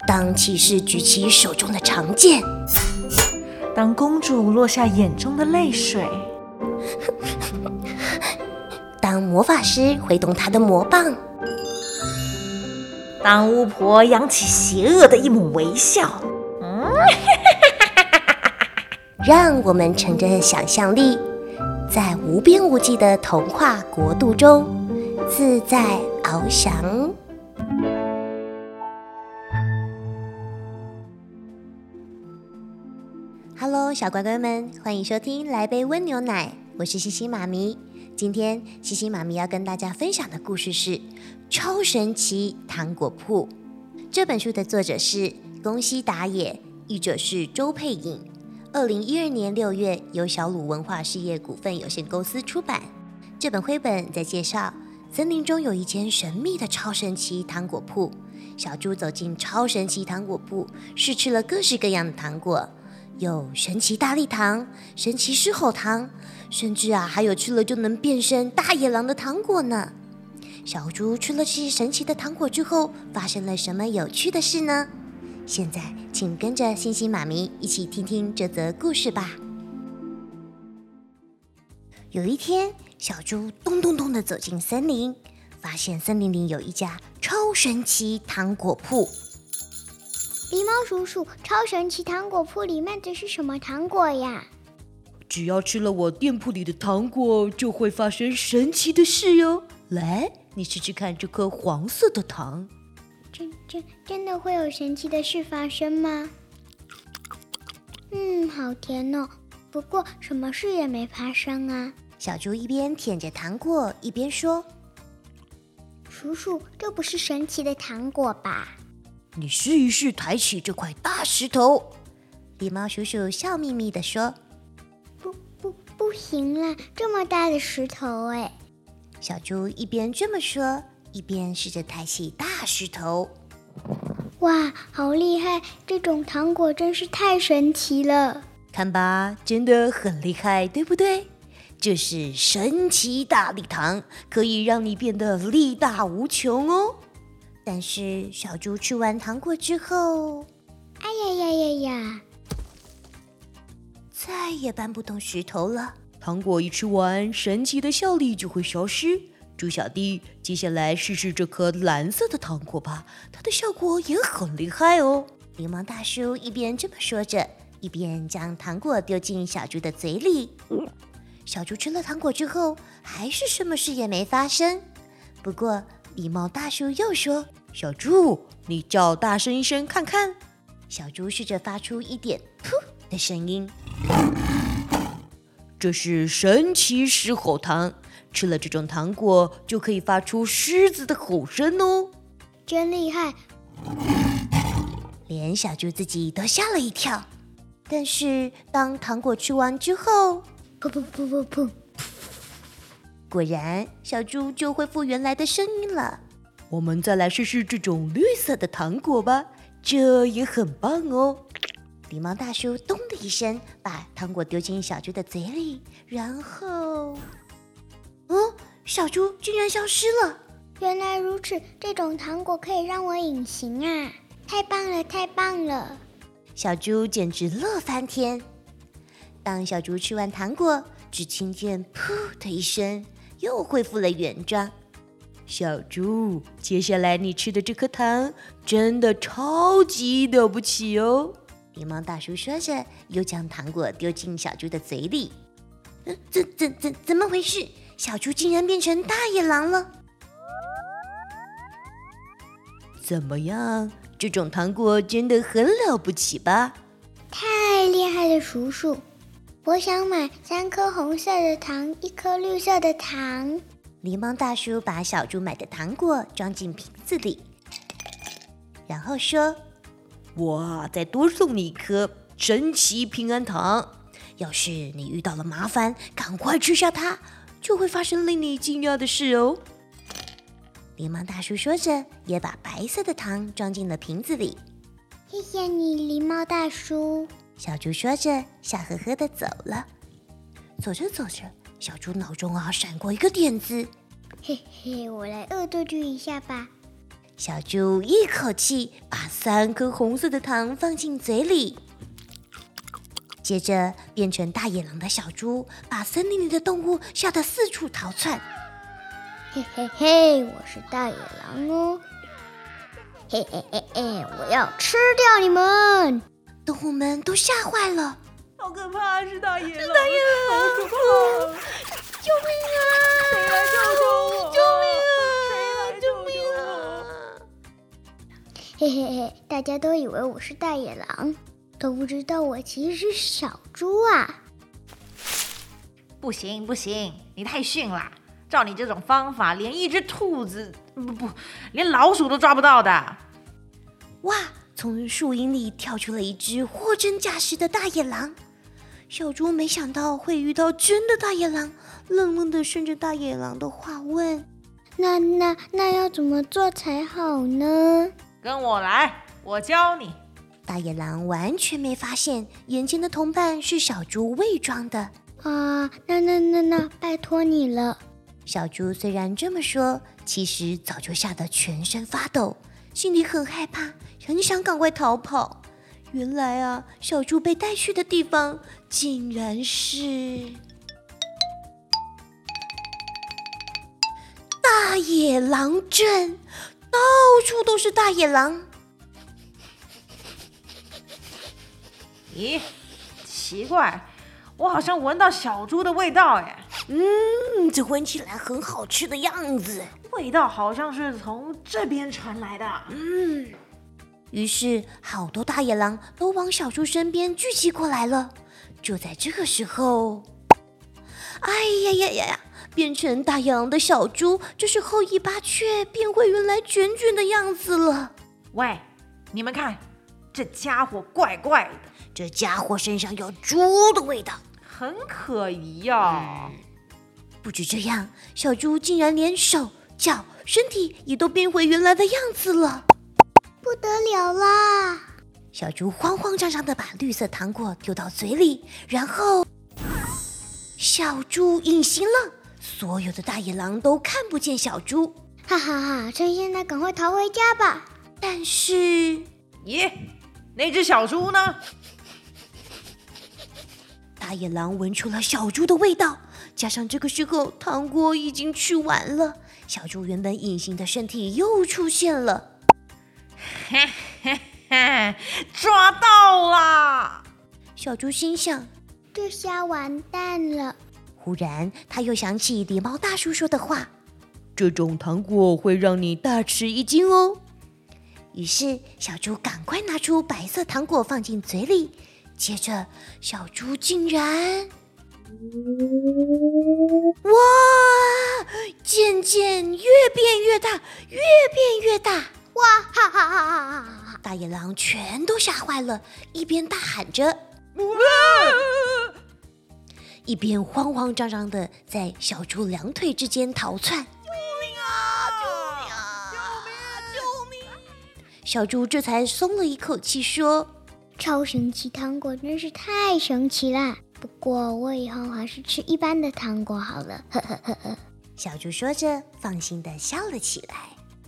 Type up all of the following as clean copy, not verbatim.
当骑士举起手中的长剑， 当公主落下眼中的泪水， 当魔法师挥动他的魔棒， 当巫婆扬起邪恶的一抹微笑， 让我们乘着想象力，在无边无际的童话国度中自在翱翔。Hello， 小乖乖们，欢迎收听来杯温牛奶，我是西西妈咪。今天西西妈咪要跟大家分享的故事是《超神奇糖果铺》。这本书的作者是宫西达也，译者是周佩颖。2012年6月由小鲁文化事业股份有限公司出版。这本绘本在介绍森林中有一间神秘的超神奇糖果铺。小猪走进超神奇糖果铺，试吃了各式各样的糖果，有神奇大力糖、神奇狮吼糖，甚至还有吃了就能变身大野狼的糖果呢。小猪吃了这些神奇的糖果之后，发生了什么有趣的事呢？现在请跟着星星妈咪一起听听这则故事吧。有一天，小猪咚咚咚地走进森林，发现森林里有一家超神奇糖果铺。 狸猫叔叔，超神奇糖果铺里卖的是什么糖果呀？ 只要吃了我店铺里的糖果，就会发生神奇的事哟。来，你试试看这颗黄色的糖。 真的会有神奇的事发生吗？好甜哦。不过什么事也没发生啊。 小猪一边舔着糖果，一边说：“ 叔叔，这不是神奇的糖果吧？” 你试一试抬起这块大石头。 狸猫叔叔笑眯眯地说：“ 不行啦，这么大的石头哎！” 小猪一边这么说，一边试着抬起大石头。 哇，好厉害！这种糖果真是太神奇了。 看吧，真的很厉害，对不对？这是神奇大力糖，可以让你变得力大无穷哦。 但是小猪吃完糖果之后， 哎呀， 再也搬不动石头了。 糖果一吃完，神奇的效力就会消失。猪小弟，接下来试试这颗蓝色的糖果吧，它的效果也很厉害哦。 狸猫大叔一边这么说着，一边将糖果丢进小猪的嘴里。小猪吃了糖果之后，还是什么事也没发生。不过狸猫大叔又说：“ 小猪，你叫大声一声看看。” 小猪试着发出一点“噗”的声音。 这是神奇狮吼糖，吃了这种糖果就可以发出狮子的吼声哦。 真厉害！ 连小猪自己都吓了一跳。但是当糖果吃完之后， 噗， 果然小猪就恢复原来的声音了。 我们再来试试这种绿色的糖果吧，这也很棒哦。 狸猫大叔咚的一声把糖果丢进小猪的嘴里，然后小猪竟然消失了。 原来如此，这种糖果可以让我隐形啊！太棒了！ 小猪简直乐翻天。当小猪吃完糖果，只听见噗的一声，又恢复了原状。 小猪，接下来你吃的这颗糖真的超级了不起哦。 狸猫大叔说着，又将糖果丢进小猪的嘴里。怎么回事？小猪竟然变成大野狼了！ 怎么样？这种糖果真的很了不起吧？ 太厉害了，叔叔！我想买3颗红色的糖，1颗绿色的糖。 狸猫大叔把小猪买的糖果装进瓶子里，然后说：“ 哇，再多送你1颗神奇平安糖。要是你遇到了麻烦，赶快吃下它，就会发生令你惊讶的事哦。” 狸猫大叔说着，也把白色的糖装进了瓶子里。 谢谢你，狸猫大叔。 小猪说着，笑呵呵地走了。走着，小猪脑中闪过一个点子。 嘿嘿，我来恶作剧一下吧。 小猪一口气把3颗红色的糖放进嘴里，接着变成大野狼的小猪把森林里的动物吓得四处逃窜。 嘿嘿嘿，我是大野狼哦！嘿嘿嘿嘿，我要吃掉你们！ 动物们都吓坏了， 好可怕！是大野狼， 大野狼， 好可怕！ 救命啊！ 谁来救救我？ 救命啊！ 谁来救救我？ 嘿嘿嘿，大家都以为我是大野狼，都不知道我其实是小猪啊！ 不行不行，你太逊啦！照你这种方法，连一只兔子连老鼠都抓不到的。 哇！从树荫里跳出了一只货真价实的大野狼。小猪没想到会遇到真的大野狼，愣愣地顺着大野狼的话问： 那要怎么做才好呢？ 跟我来，我教你。 大野狼完全没发现眼前的同伴是小猪伪装的。 啊，那拜托你了。 小猪虽然这么说，其实早就吓得全身发抖，心里很害怕，很想赶快逃跑。原来啊，小猪被带去的地方竟然是大野狼镇，到处都是大野狼。 咦，奇怪，我好像闻到小猪的味道哎。 这闻起来很好吃的样子。 味道好像是从这边传来的。 于是好多大野狼都往小猪身边聚集过来了。就在这个时候，哎呀！变成大野狼的小猪，这时候尾巴却变回原来卷卷的样子了。 喂，你们看，这家伙怪怪的， 这家伙身上有猪的味道， 很可疑呀。 不止这样，小猪竟然连手、脚、身体也都变回原来的样子了。 不得了啦！ 小猪慌慌张张地把绿色糖果丢到嘴里，然后小猪隐形了，所有的大野狼都看不见小猪。 哈哈哈！趁现在赶快逃回家吧！ 但是， 咦，那只小猪呢？ 大野狼闻出了小猪的味道，加上这个时候糖果已经吃完了，小猪原本隐形的身体又出现了。 嘿嘿嘿，抓到啦！ 小猪心想， 这下完蛋了。 忽然他又想起狸猫大叔说的话，这种糖果会让你大吃一惊哦。于是小猪赶快拿出白色糖果放进嘴里，接着小猪竟然哇，渐渐越变越大，越变越大。 哇哈哈哈哈哈！ 大野狼全都吓坏了，一边大喊着，一边慌慌张张的在小猪两腿之间逃窜。小猪这才松了一口气，说：“ 超神奇糖果真是太神奇啦！不过我以后还是吃一般的糖果好了。”呵呵呵呵。 小猪说着，放心的笑了起来。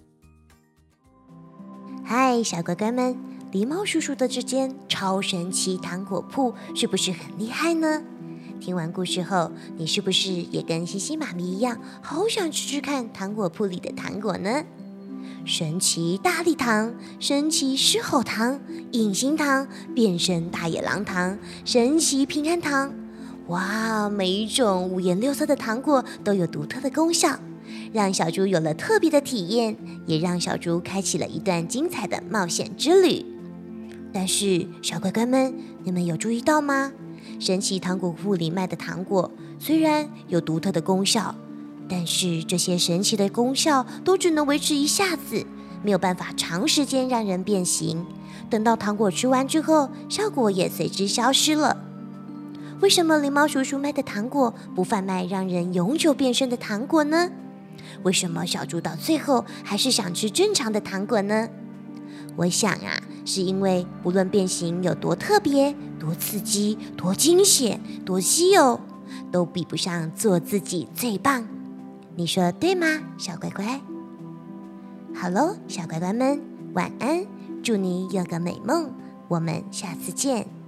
嗨，小乖乖们，狸猫叔叔的这间超神奇糖果铺是不是很厉害呢？听完故事后，你是不是也跟西西妈咪一样，好想吃吃看糖果铺里的糖果呢？神奇大力糖、神奇狮吼糖、隐形糖、变身大野狼糖、神奇平安糖，哇，每一种五颜六色的糖果都有独特的功效，让小猪有了特别的体验，也让小猪开启了一段精彩的冒险之旅。但是小乖乖们，你们有注意到吗？神奇糖果铺里卖的糖果虽然有独特的功效，但是这些神奇的功效都只能维持一下子，没有办法长时间让人变形。等到糖果吃完之后，效果也随之消失了。为什么狸猫叔叔卖的糖果不贩卖让人永久变身的糖果呢？为什么小猪到最后还是想吃正常的糖果呢？我想啊，是因为不论变形有多特别、多刺激、多惊险、多稀有，都比不上做自己最棒。你说对吗，小乖乖？ 好喽，小乖乖们，晚安，祝你有个美梦，我们下次见。